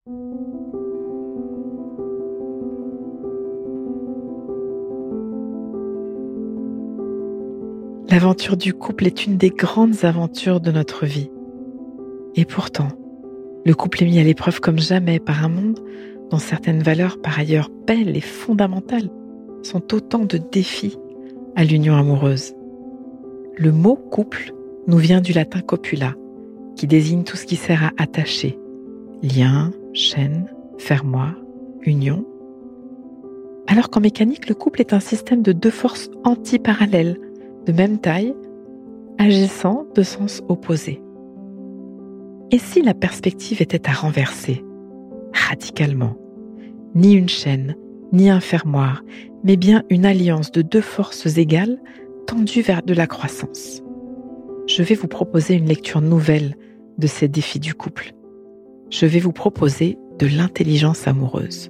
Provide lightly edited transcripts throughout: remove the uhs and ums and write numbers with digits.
L'aventure du couple est une des grandes aventures de notre vie. Et pourtant, le couple est mis à l'épreuve comme jamais par un monde dont certaines valeurs, par ailleurs belles et fondamentales, sont autant de défis à l'union amoureuse. Le mot couple nous vient du latin copula, qui désigne tout ce qui sert à attacher, lien, chaîne, fermoir, union. Alors qu'en mécanique, le couple est un système de deux forces antiparallèles, de même taille, agissant de sens opposés. Et si la perspective était à renverser, radicalement, ni une chaîne, ni un fermoir, mais bien une alliance de deux forces égales tendues vers de la croissance. Je vais vous proposer une lecture nouvelle de ces défis du couple. Je vais vous proposer de l'intelligence amoureuse.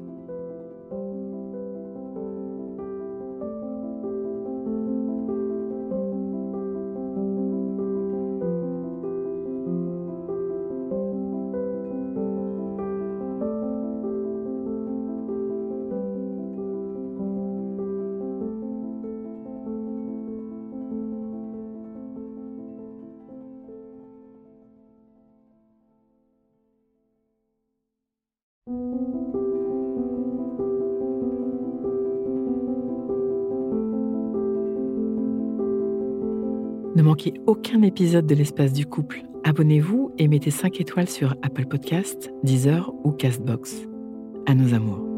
Ne manquez aucun épisode de l'Espace du couple. Abonnez-vous et mettez 5 étoiles sur Apple Podcasts, Deezer ou Castbox. À nos amours.